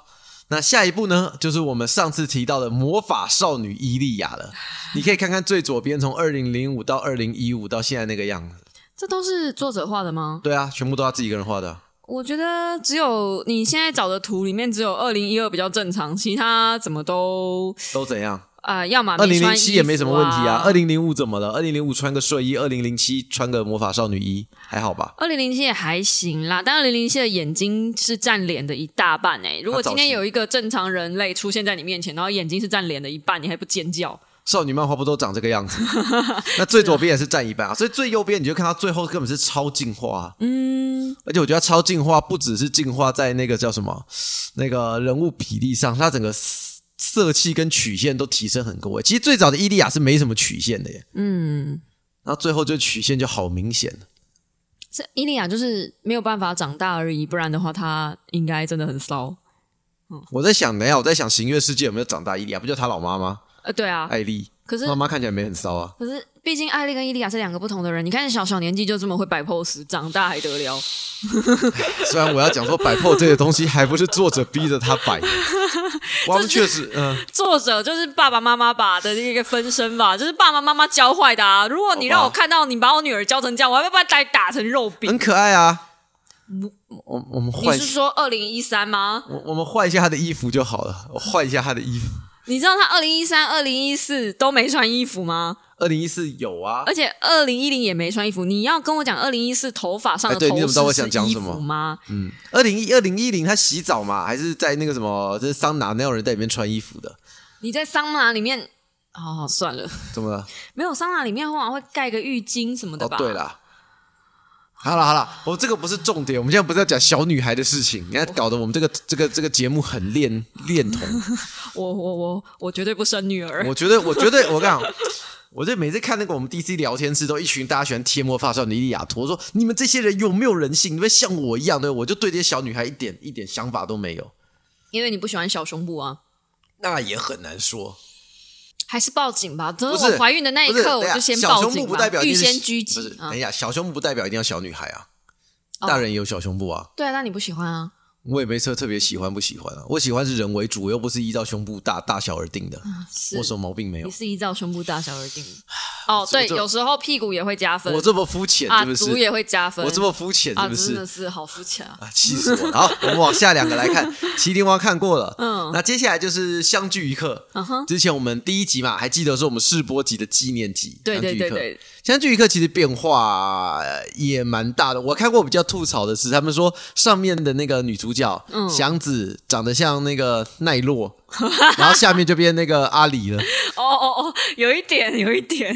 [SPEAKER 1] 那下一部呢，就是我们上次提到的魔法少女伊利亚了。你可以看看最左边，从二零零五到二零一五到现在那个样子。
[SPEAKER 2] 这都是作者画的吗？
[SPEAKER 1] 对啊，全部都他自己一个人画的。
[SPEAKER 2] 我觉得只有你现在找的图里面只有二零一二比较正常，其他怎么都
[SPEAKER 1] 都怎样？
[SPEAKER 2] 呃，要么
[SPEAKER 1] 二零零七也没什么问题啊。
[SPEAKER 2] 啊
[SPEAKER 1] 二零零五怎么了？二零零五穿个睡衣，二零零七穿个魔法少女衣，还好吧？
[SPEAKER 2] 二零零七也还行啦，但二零零七的眼睛是占脸的一大半诶、欸。如果今天有一个正常人类出现在你面前，然后眼睛是占脸的一半，你还不尖叫？
[SPEAKER 1] 少女漫画不都长这个样子？那最左边也是占一半啊，所以最右边你就看到最后根本是超进化、啊。嗯，而且我觉得超进化不只是进化在那个叫什么那个人物比例上，它整个色气跟曲线都提升很多。其实最早的伊利亚是没什么曲线的耶。嗯，然后最后就曲线就好明显了。
[SPEAKER 2] 这伊利亚就是没有办法长大而已，不然的话他应该真的很骚。
[SPEAKER 1] 嗯、我在想，等一下我在想行月世界有没有长大伊利亚？不就他老妈吗？
[SPEAKER 2] 呃，对啊，
[SPEAKER 1] 艾丽，
[SPEAKER 2] 可是
[SPEAKER 1] 妈妈看起来没很骚啊。
[SPEAKER 2] 可是毕竟艾丽跟伊利亚是两个不同的人，你看小小年纪就这么会摆 pose， 长大还得了？
[SPEAKER 1] 虽然我要讲说摆 pose 这个东西还不是作者逼着他摆的，我们确实，嗯、呃，
[SPEAKER 2] 作者就是爸爸妈妈把的一个分身吧，就是爸爸妈妈教坏的啊。如果你让我看到你把我女儿教成这样，我还要把她打成肉饼。
[SPEAKER 1] 很可爱啊。我我们换，
[SPEAKER 2] 你是说二零一三吗？
[SPEAKER 1] 我我们换一下他的衣服就好了，我换一下他的衣服。
[SPEAKER 2] 你知道他二零一三、二零一四都没穿衣服吗？
[SPEAKER 1] 二零一四有啊，
[SPEAKER 2] 而且二零一零也没穿衣服。你要跟我讲二零一四头发上的头饰是衣服吗？
[SPEAKER 1] 嗯，二零一二零一零他洗澡嘛，还是在那个什么，就是桑拿，哪有人在里面穿衣服的？
[SPEAKER 2] 你在桑拿里面，好好算了，
[SPEAKER 1] 怎么了？
[SPEAKER 2] 没有，桑拿里面通常会盖个浴巾什么的吧？
[SPEAKER 1] 哦，对啦。好了好了，我这个不是重点，我们现在不是要讲小女孩的事情，你看搞得我们这个这个这个节目很恋恋童。
[SPEAKER 2] 我我我我绝对不生女儿。
[SPEAKER 1] 我觉得我觉得我跟你讲，我这每次看那个我们 D C 聊天室，都一群大家喜欢贴魔法少女伊利亚图，我说你们这些人有没有人性？你们像我一样的，我就对这些小女孩一点一点想法都没有。
[SPEAKER 2] 因为你不喜欢小胸部啊？
[SPEAKER 1] 那也很难说。
[SPEAKER 2] 还是报警吧。等我怀孕的那一刻，我就先报警吧。
[SPEAKER 1] 小胸部不代表
[SPEAKER 2] 预先狙击。
[SPEAKER 1] 不是，等一下，小胸部不代表一定要小女孩啊，哦、大人也有小胸部啊。
[SPEAKER 2] 对啊，但你不喜欢啊？
[SPEAKER 1] 我也没特特别喜欢不喜欢啊。我喜欢是人为主，又不是依照胸部大大小而定的。嗯、我什么毛病没有？
[SPEAKER 2] 你是依照胸部大小而定的。哦，对，有时候屁股也会加分。
[SPEAKER 1] 我这么肤浅是不是？
[SPEAKER 2] 啊，足也会加分。
[SPEAKER 1] 我这么肤浅是不是？
[SPEAKER 2] 啊、真的是好肤浅啊！
[SPEAKER 1] 气、啊、死我了！好，我们往下两个来看。麒麟王看过了，嗯，那接下来就是相聚一刻。嗯哼，之前我们第一集嘛，还记得是我们试播集的纪念集。
[SPEAKER 2] 对对对对，
[SPEAKER 1] 相聚一刻其实变化也蛮大的。我看过比较吐槽的是，他们说上面的那个女主角，嗯，祥子长得像那个奈落。然后下面就变那个阿里了。
[SPEAKER 2] 哦哦哦，有一点，有一点。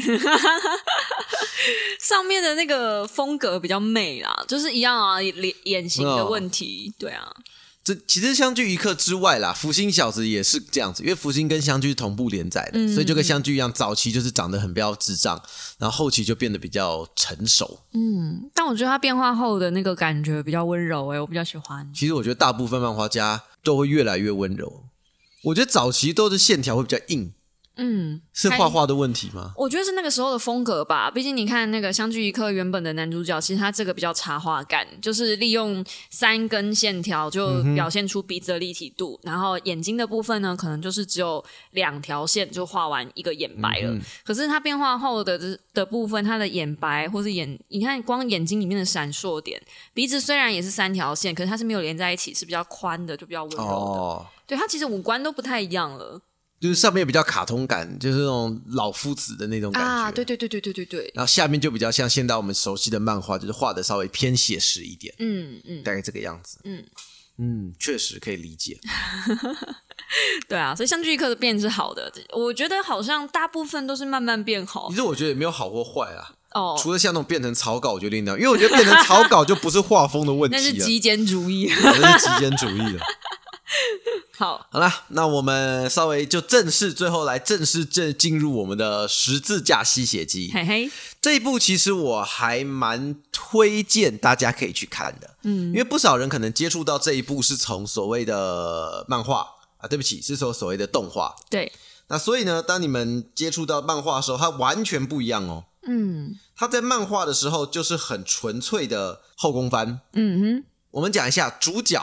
[SPEAKER 2] 上面的那个风格比较媚啦，就是一样啊，眼眼型的问题，哦、对啊。
[SPEAKER 1] 这其实相聚一刻之外啦，福星小子也是这样子，因为福星跟相聚同步连载的，嗯、所以就跟相聚一样，早期就是长得很比较智障，然后后期就变得比较成熟。
[SPEAKER 2] 嗯，但我觉得他变化后的那个感觉比较温柔、欸，我比较喜欢。
[SPEAKER 1] 其实我觉得大部分漫画家都会越来越温柔。我觉得早期都是线条会比较硬，嗯，是画画的问题吗？
[SPEAKER 2] 我觉得是那个时候的风格吧。毕竟你看那个相聚一刻原本的男主角，其实他这个比较插画感，就是利用三根线条就表现出鼻子的立体度，嗯、然后眼睛的部分呢，可能就是只有两条线就画完一个眼白了。嗯、可是他变化后的的部分，他的眼白或是眼，你看光眼睛里面的闪烁点，鼻子虽然也是三条线，可是它是没有连在一起，是比较宽的，就比较温柔的。哦，对，他其实五官都不太一样了。
[SPEAKER 1] 就是上面比较卡通感，就是那种老夫子的那种感觉
[SPEAKER 2] 啊，对对对对对对对。
[SPEAKER 1] 然后下面就比较像现在我们熟悉的漫画，就是画的稍微偏写实一点，嗯嗯，大概这个样子，嗯嗯，确实可以理解。
[SPEAKER 2] 对啊，所以相聚一刻的变是好的，我觉得好像大部分都是慢慢变好。
[SPEAKER 1] 其实我觉得也没有好或坏啊。哦，除了像那种变成草稿，我觉得另当，因为我觉得变成草稿就不是画风的问题了，
[SPEAKER 2] 那是极简主义，
[SPEAKER 1] 那是极简主义了。
[SPEAKER 2] 好，
[SPEAKER 1] 好啦，那我们稍微就正式最后来正式正进入我们的十字架吸血姬。
[SPEAKER 2] 嘿嘿，
[SPEAKER 1] 这一部其实我还蛮推荐大家可以去看的，嗯，因为不少人可能接触到这一部是从所谓的漫画啊，对不起，是从所谓的动画。
[SPEAKER 2] 对，
[SPEAKER 1] 那所以呢，当你们接触到漫画的时候，它完全不一样哦。嗯，它在漫画的时候就是很纯粹的后宫番。嗯哼，我们讲一下主角。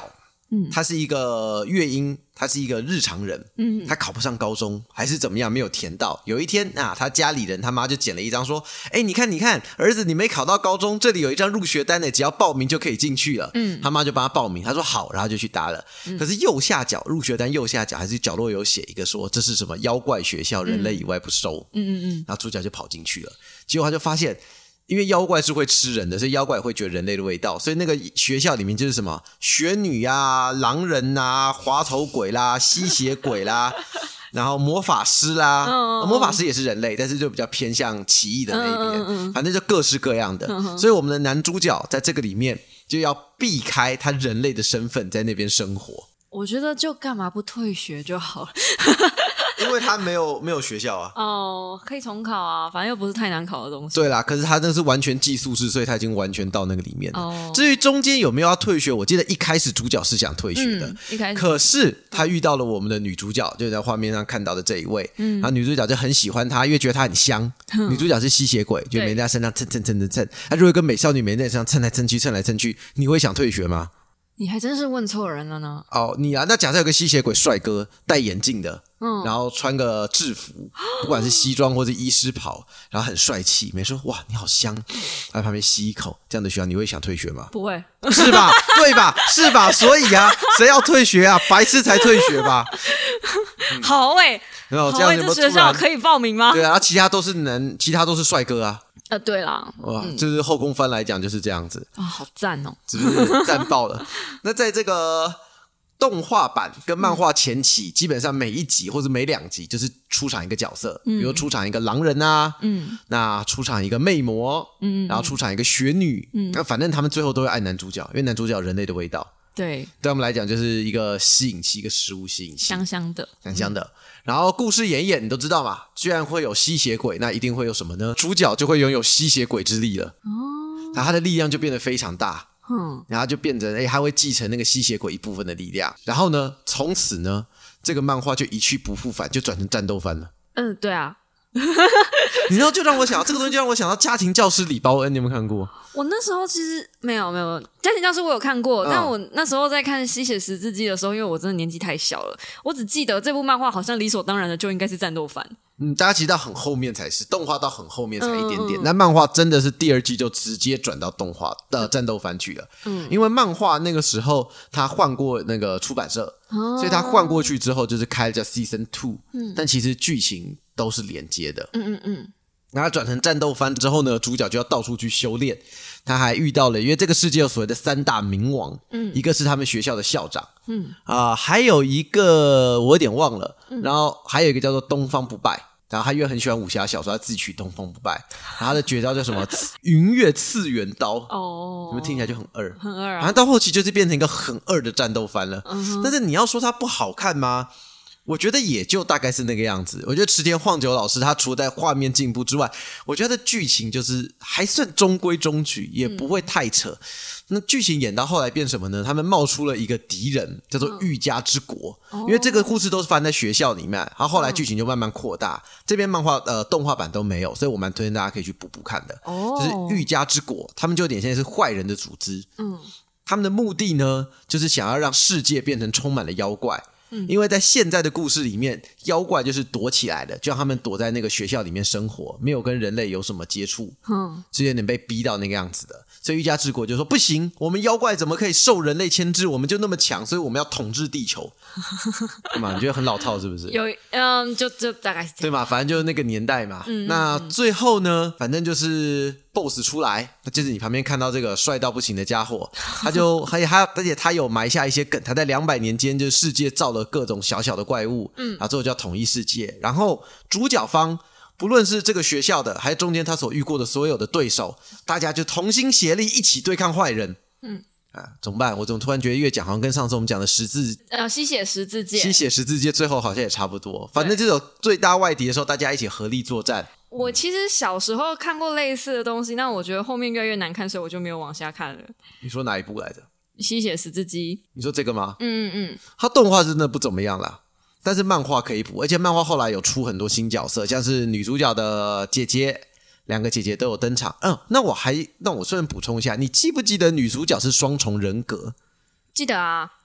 [SPEAKER 1] 嗯，他是一个乐音，他是一个日常人，嗯，他考不上高中还是怎么样没有填到。有一天啊，他家里人他妈就捡了一张说，哎，你看你看儿子你没考到高中，这里有一张入学单呢，只要报名就可以进去了。嗯，他妈就帮他报名，他说好，然后就去答了。嗯、可是右下角入学单右下角还是角落有写一个说这是什么妖怪学校，人类以外不收。嗯嗯嗯，然后主角就跑进去了，结果他就发现。因为妖怪是会吃人的，所以妖怪也会觉得人类的味道，所以那个学校里面就是什么雪女啊、狼人啊、滑头鬼啦、吸血鬼啦，然后魔法师啦、哦、魔法师也是人类，但是就比较偏向奇异的那一边、嗯嗯嗯、反正就各式各样的、嗯、所以我们的男主角在这个里面就要避开他人类的身份在那边生活。
[SPEAKER 2] 我觉得就干嘛不退学就好了
[SPEAKER 1] 因为他没有没有学校啊。
[SPEAKER 2] 哦，可以重考啊，反正又不是太难考的东西。
[SPEAKER 1] 对啦，可是他那是完全寄宿式，所以他已经完全到那个里面了。哦、至于中间有没有要退学，我记得一开始主角是想退学的，嗯、
[SPEAKER 2] 一开始。
[SPEAKER 1] 可是他遇到了我们的女主角，就在画面上看到的这一位，嗯，然后女主角就很喜欢他，因为觉得他很香。嗯、女主角是吸血鬼，就每天在身上蹭蹭蹭蹭蹭。他如果跟美少女每天在身上蹭来蹭去蹭来蹭去，你会想退学吗？
[SPEAKER 2] 你还真是问错人了呢。
[SPEAKER 1] 哦，你啊，那假设有个吸血鬼帅哥，戴眼镜的，嗯，然后穿个制服，不管是西装或是医师袍，然后很帅气，没说哇你好香，在旁边吸一口，这样的学校你会想退学吗？
[SPEAKER 2] 不会，
[SPEAKER 1] 是吧？对吧？是吧？所以啊，谁要退学啊？白痴才退学吧。
[SPEAKER 2] 嗯、好诶、欸，
[SPEAKER 1] 然后
[SPEAKER 2] 这样这学校可以报名吗？
[SPEAKER 1] 对啊，然后其他都是男，其他都是帅哥啊。
[SPEAKER 2] 呃，对啦，
[SPEAKER 1] 哇，嗯、就是后宫番来讲就是这样子
[SPEAKER 2] 啊、哦，好赞哦，
[SPEAKER 1] 是不是赞爆了？那在这个动画版跟漫画前期，嗯、基本上每一集或者每两集就是出场一个角色，嗯、比如出场一个狼人啊，嗯，那出场一个魅魔，嗯，然后出场一个雪女，嗯，那反正他们最后都会爱男主角，因为男主角有人类的味道。
[SPEAKER 2] 对，
[SPEAKER 1] 对他们来讲就是一个吸引器，一个食物吸引器，
[SPEAKER 2] 香香的，
[SPEAKER 1] 香香的。嗯、然后故事演一演，你都知道嘛，居然会有吸血鬼，那一定会有什么呢？主角就会拥有吸血鬼之力了。哦，那他的力量就变得非常大。嗯，然后就变成，哎，他会继承那个吸血鬼一部分的力量。然后呢，从此呢，这个漫画就一去不复返，就转成战斗番了。
[SPEAKER 2] 嗯，对啊。
[SPEAKER 1] 你知道，就让我想到这个东西，就让我想到家庭教师李包恩，你有没有看过？
[SPEAKER 2] 我那时候其实没有没有家庭教师我有看过，嗯、但我那时候在看吸血十字记的时候，因为我真的年纪太小了，我只记得这部漫画好像理所当然的就应该是战斗番。
[SPEAKER 1] 嗯，大家其实到很后面才是，动画到很后面才一点点，那、嗯、漫画真的是第二季就直接转到动画的战斗番去了。嗯，因为漫画那个时候他换过那个出版社，哦、所以他换过去之后就是开了叫 Season Two，嗯，但其实剧情都是连接的。嗯嗯嗯。然后转成战斗番之后呢，主角就要到处去修炼。他还遇到了，因为这个世界有所谓的三大冥王，嗯，一个是他们学校的校长，嗯啊、呃，还有一个我有点忘了，嗯、然后还有一个叫做东方不败。然后他因为很喜欢武侠小说，他自取东方不败。然后他的绝招叫什么？云月次元刀。哦，你们听起来就很二，
[SPEAKER 2] 很二啊。
[SPEAKER 1] 然后到后期就是变成一个很二的战斗番了。嗯、但是你要说它不好看吗？我觉得也就大概是那个样子。我觉得池田晃久老师他除了在画面进步之外，我觉得他的剧情就是还算中规中矩，也不会太扯。嗯、那剧情演到后来变什么呢？他们冒出了一个敌人，叫做欲加之国。嗯、因为这个故事都是发生在学校里面，然后后来剧情就慢慢扩大。嗯、这边漫画呃动画版都没有，所以我蛮推荐大家可以去补补看的。哦，就是欲加之国，他们就有点像是坏人的组织。嗯，他们的目的呢，就是想要让世界变成充满了妖怪。因为在现在的故事里面，妖怪就是躲起来的，就让他们躲在那个学校里面生活，没有跟人类有什么接触，嗯，是有点被逼到那个样子的。所以欲加之国就说不行，我们妖怪怎么可以受人类牵制？我们就那么强，所以我们要统治地球。对嘛？你觉得很老套是不是？
[SPEAKER 2] 有，嗯，就就大概是这样，
[SPEAKER 1] 对嘛？反正就是那个年代嘛。嗯、那最后呢，反正就是 boss 出来，就是你旁边看到这个帅到不行的家伙，他就而且他而且他有埋下一些梗，他在两百年间就是世界造了各种小小的怪物，嗯，然后最后就要统一世界。然后主角方不论是这个学校的，还是中间他所遇过的所有的对手，大家就同心协力一起对抗坏人。嗯。啊，怎么办？我怎么突然觉得越讲好像跟上次我们讲的十字
[SPEAKER 2] 呃吸血十字界，
[SPEAKER 1] 吸血十字界最后好像也差不多。反正这种最大外敌的时候，大家一起合力作战。
[SPEAKER 2] 我其实小时候看过类似的东西，但我觉得后面越来越难看，所以我就没有往下看了。
[SPEAKER 1] 你说哪一部来着？
[SPEAKER 2] 吸血十字机。
[SPEAKER 1] 你说这个吗？
[SPEAKER 2] 嗯嗯嗯。
[SPEAKER 1] 它动画真的不怎么样啦，但是漫画可以补，而且漫画后来有出很多新角色，像是女主角的姐姐。两个姐姐都有登场。嗯，那我还那我顺便补充一下，你记不记得女主角是双重人格？
[SPEAKER 2] 记得啊。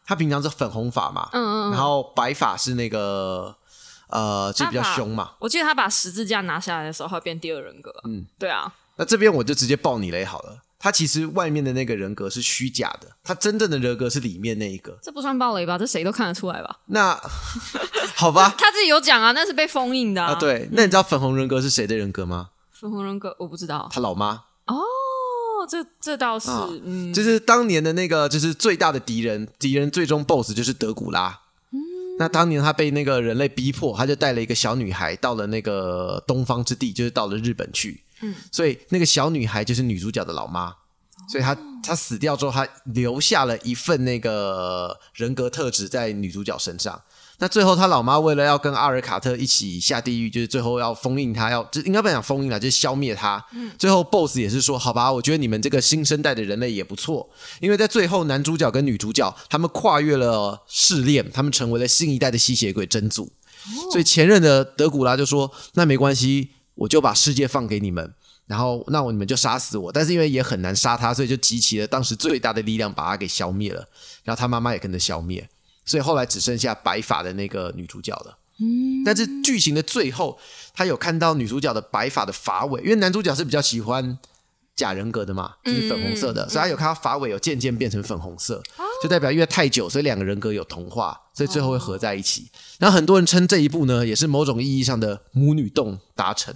[SPEAKER 1] 他平常是粉红发嘛，嗯嗯，然后白发是那个呃就比较凶嘛。
[SPEAKER 2] 我记得他把十字架拿下来的时候，他会变第二人格。嗯，对啊。
[SPEAKER 1] 那这边我就直接爆你雷好了。他其实外面的那个人格是虚假的，他真正的人格是里面那一个。
[SPEAKER 2] 这不算爆雷吧？这谁都看得出来吧？
[SPEAKER 1] 那好吧，
[SPEAKER 2] 他自己有讲啊，那是被封印的 啊,
[SPEAKER 1] 啊。对，那你知道粉红人格是谁的人格吗？
[SPEAKER 2] 粉红人格我不知道，
[SPEAKER 1] 他老妈。
[SPEAKER 2] 哦，这这倒是、啊嗯，
[SPEAKER 1] 就是当年的那个，就是最大的敌人，敌人最终 B O S S 就是德古拉。嗯，那当年他被那个人类逼迫，他就带了一个小女孩到了那个东方之地，就是到了日本去。嗯，所以那个小女孩就是女主角的老妈，所以她她死掉之后，她留下了一份那个人格特质在女主角身上。那最后他老妈为了要跟阿尔卡特一起下地狱，就是最后要封印他，要就应该不讲封印了，就是消灭他。嗯，最后 B O S S 也是说，好吧，我觉得你们这个新生代的人类也不错，因为在最后男主角跟女主角他们跨越了试炼，他们成为了新一代的吸血鬼真祖。哦、所以前任的德古拉就说，那没关系，我就把世界放给你们，然后那我你们就杀死我，但是因为也很难杀他，所以就集齐了当时最大的力量把他给消灭了，然后他妈妈也跟着消灭。所以后来只剩下白发的那个女主角了。嗯，但是剧情的最后，他有看到女主角的白发的发尾，因为男主角是比较喜欢假人格的嘛，就是粉红色的，嗯、所以他有看到发尾有渐渐变成粉红色，哦、就代表因为太久，所以两个人格有同化，所以最后会合在一起。哦、然后很多人称这一部呢，也是某种意义上的母女洞达成。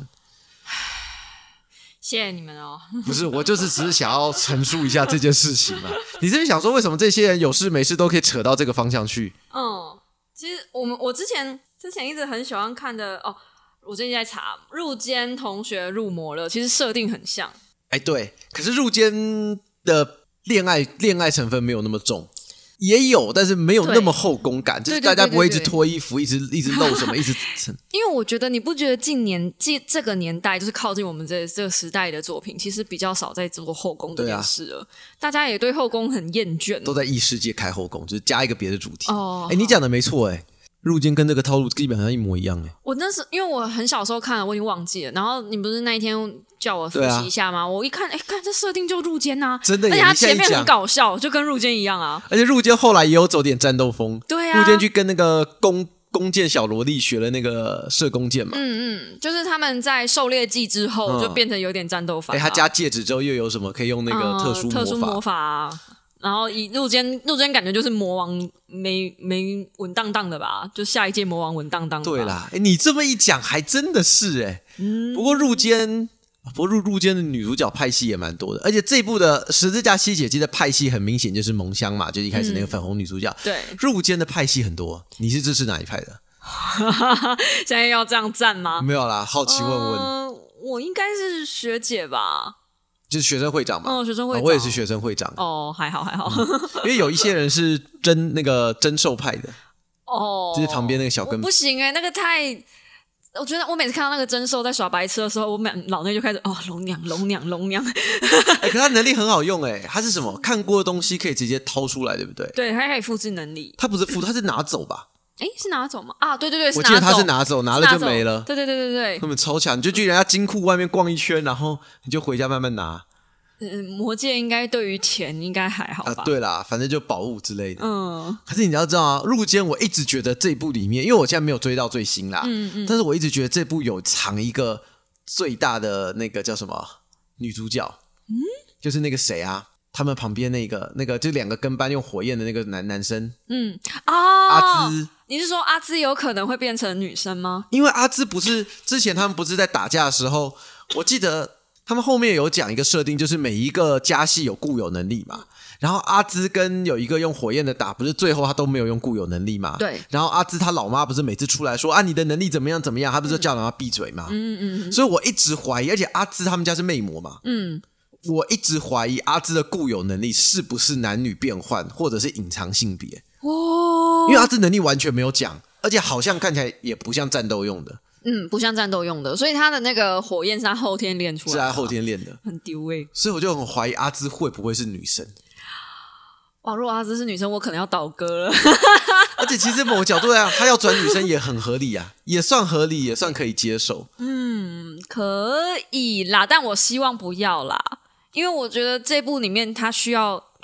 [SPEAKER 2] 谢谢你们哦。
[SPEAKER 1] 不是，我就是只是想要陈述一下这件事情嘛。你是不是想说，为什么这些人有事没事都可以扯到这个方向去？
[SPEAKER 2] 嗯，其实我们我之前之前一直很喜欢看的哦，我最近在查《入间同学入魔了》，其实设定很像。
[SPEAKER 1] 哎，对，可是入间的恋爱恋爱成分没有那么重。也有，但是没有那么后宫感，就是大家不会一直脱衣服，一直一直露什么，一直。
[SPEAKER 2] 因为我觉得你不觉得近年这这个年代，就是靠近我们这这个时代的作品，其实比较少在做后宫这件事了。啊、大家也对后宫很厌倦，
[SPEAKER 1] 都在异世界开后宫，就是加一个别的主题。哦，哎，你讲的没错，哎。入间跟这个套路基本上一模一样哎！
[SPEAKER 2] 我那是因为我很小时候看了，我已经忘记了。然后你不是那一天叫我复习一下吗？啊、我一看，哎，看这设定就入间呐、啊，
[SPEAKER 1] 真的耶！
[SPEAKER 2] 而且他前面很搞笑，就跟入间一样啊。
[SPEAKER 1] 而且入间后来也有走点战斗风，
[SPEAKER 2] 对啊，
[SPEAKER 1] 入间去跟那个弓弓箭小萝莉学了那个射弓箭嘛。
[SPEAKER 2] 嗯嗯，就是他们在狩猎季之后、嗯、就变成有点战斗法、啊。
[SPEAKER 1] 哎，他加戒指之后又有什么可以用那个特殊魔法？
[SPEAKER 2] 嗯、特殊魔法、啊。然后以入间入间感觉就是魔王没没稳当当的吧，就下一届魔王稳当当的吧。
[SPEAKER 1] 对啦，你这么一讲还真的是哎、嗯。不过入间，不过入入间的女主角派系也蛮多的，而且这部的十字架吸血姬的派系很明显就是萌香嘛，就一开始那个粉红女主角。
[SPEAKER 2] 嗯、对，
[SPEAKER 1] 入间的派系很多，你是支持哪一派的？
[SPEAKER 2] 现在要这样站吗？
[SPEAKER 1] 没有啦，好奇问问。
[SPEAKER 2] 呃、我应该是学姐吧。
[SPEAKER 1] 就是学生会长嘛，
[SPEAKER 2] 哦，学生会长、
[SPEAKER 1] 哦，我也是学生会长。
[SPEAKER 2] 哦，还好还好、
[SPEAKER 1] 嗯，因为有一些人是真那个真兽派的，哦，就是旁边那个小跟
[SPEAKER 2] 不行哎、欸，那个太，我觉得我每次看到那个真兽在耍白痴的时候，我脑内就开始哦，龙娘龙娘龙娘。
[SPEAKER 1] 欸、可是他能力很好用哎、欸，他是什么？看过的东西可以直接掏出来，对不对？
[SPEAKER 2] 对，他可以复制能力。
[SPEAKER 1] 他不是复，他是拿走吧？
[SPEAKER 2] 哎，是拿走吗？啊，对对对，是
[SPEAKER 1] 我记得他是拿走，拿了就没了。
[SPEAKER 2] 对对对对对，
[SPEAKER 1] 他们超强，你就去人家金库外面逛一圈，然后你就回家慢慢拿。
[SPEAKER 2] 嗯，魔戒应该对于钱应该还好吧、
[SPEAKER 1] 啊？对啦，反正就宝物之类的。嗯，可是你要知道啊，入间我一直觉得这部里面，因为我现在没有追到最新啦，嗯嗯，但是我一直觉得这部有藏一个最大的那个叫什么女主角，嗯，就是那个谁啊，他们旁边那个那个就两个跟班用火焰的那个男男生，嗯
[SPEAKER 2] 啊，
[SPEAKER 1] 阿兹，
[SPEAKER 2] 你是说阿兹有可能会变成女生吗？
[SPEAKER 1] 因为阿兹不是之前他们不是在打架的时候，我记得。他们后面有讲一个设定，就是每一个家系有固有能力嘛。然后阿兹跟有一个用火焰的打，不是最后他都没有用固有能力嘛？
[SPEAKER 2] 对。
[SPEAKER 1] 然后阿兹他老妈不是每次出来说啊你的能力怎么样怎么样，他不是叫老妈闭嘴嘛？嗯嗯嗯。所以我一直怀疑，而且阿兹他们家是魅魔嘛？嗯。我一直怀疑阿兹的固有能力是不是男女变换，或者是隐藏性别？哦。因为阿兹能力完全没有讲，而且好像看起来也不像战斗用的。
[SPEAKER 2] 嗯，不像战斗用的，所以他的那个火焰是他后天练出来的，
[SPEAKER 1] 是他后天练的，
[SPEAKER 2] 很丢欸。
[SPEAKER 1] 所以我就很怀疑阿兹会不会是女生。
[SPEAKER 2] 哇，如果阿兹是女生，我可能要倒戈了。
[SPEAKER 1] 而且其实某个角度来讲，他要转女生也很合理啊，也算合理，也算可以接受。
[SPEAKER 2] 嗯，可以啦，但我希望不要啦，因为我觉得这部里面他需要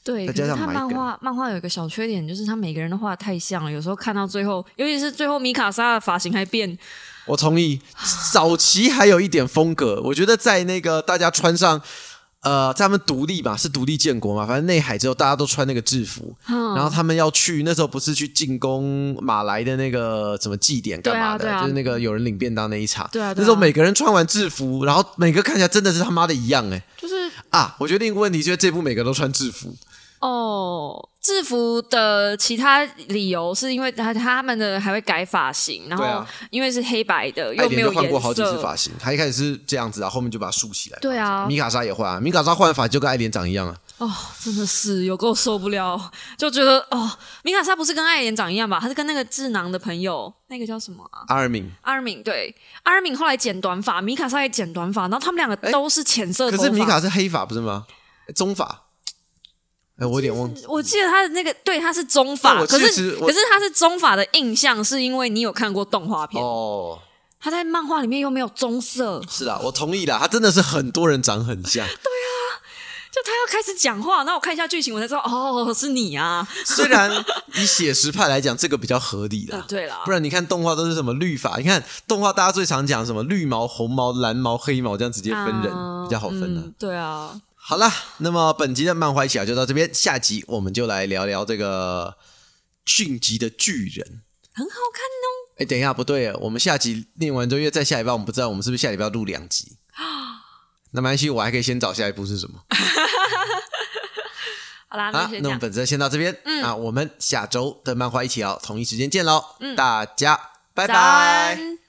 [SPEAKER 2] 对，
[SPEAKER 1] 再加上
[SPEAKER 2] 可是他漫画漫画有一个小缺点，就是他每个人都画的太像了，有时候看到最后，尤其是最后米卡莎的发型还变。
[SPEAKER 1] 我同意，早期还有一点风格，我觉得在那个大家穿上。呃，在他们独立吧，是独立建国嘛，反正内海之后大家都穿那个制服，嗯、然后他们要去那时候不是去进攻马来的那个什么祭典干嘛的，
[SPEAKER 2] 对啊对啊、
[SPEAKER 1] 就是那个有人领便当那一场，
[SPEAKER 2] 对啊，
[SPEAKER 1] 对啊那时候每个人穿完制服，然后每个看起来真的是他妈的一样哎、欸，
[SPEAKER 2] 就是
[SPEAKER 1] 啊，我觉得另一个问题就是这部每个都穿制服。
[SPEAKER 2] 哦，制服的其他理由是因为他他们的还会改发型，然后因为是黑白的，又没有颜色，
[SPEAKER 1] 换过好几次发型。他一开始是这样子啊，后面就把它竖起来。
[SPEAKER 2] 对啊，
[SPEAKER 1] 米卡莎也换啊，米卡莎换发就跟爱莲长一样啊。
[SPEAKER 2] 哦，真的是有够受不了，就觉得哦，米卡莎不是跟爱莲长一样吧？他是跟那个智囊的朋友，那个叫什么啊？
[SPEAKER 1] 阿尔敏，
[SPEAKER 2] 阿尔敏对，阿尔敏后来剪短发，米卡莎也剪短发，然后他们两个都是浅色头发。
[SPEAKER 1] 可是米卡是黑发不是吗？棕发。哎，我有点忘记。
[SPEAKER 2] 我记得他的那个，对，他是中发，可是可是他是中发的印象，是因为你有看过动画片哦。他在漫画里面又没有棕色。
[SPEAKER 1] 是啊，我同意啦，他真的是很多人长很像。
[SPEAKER 2] 对啊，就他要开始讲话，然后我看一下剧情，我才知道哦，是你啊。
[SPEAKER 1] 虽然以写实派来讲，这个比较合理啦。
[SPEAKER 2] 呃、对啦，
[SPEAKER 1] 不然你看动画都是什么绿发，你看动画大家最常讲什么绿毛、红毛、蓝毛、黑毛，这样直接分人、啊、比较好分的、啊
[SPEAKER 2] 嗯。对啊。
[SPEAKER 1] 好啦，那么本集的漫画一起聊就到这边，下集我们就来聊聊这个迅疾的巨人，
[SPEAKER 2] 很好看哦。
[SPEAKER 1] 哎，等一下，不对，我们下集念完之后，因为在下礼拜我们不知道我们是不是下礼拜要录两集那没关系，我还可以先找下一部是什么。
[SPEAKER 2] 好啦，那,
[SPEAKER 1] 那我们本次先到这边、嗯、啊，我们下周的漫画一起聊，同一时间见喽、嗯，大家拜拜。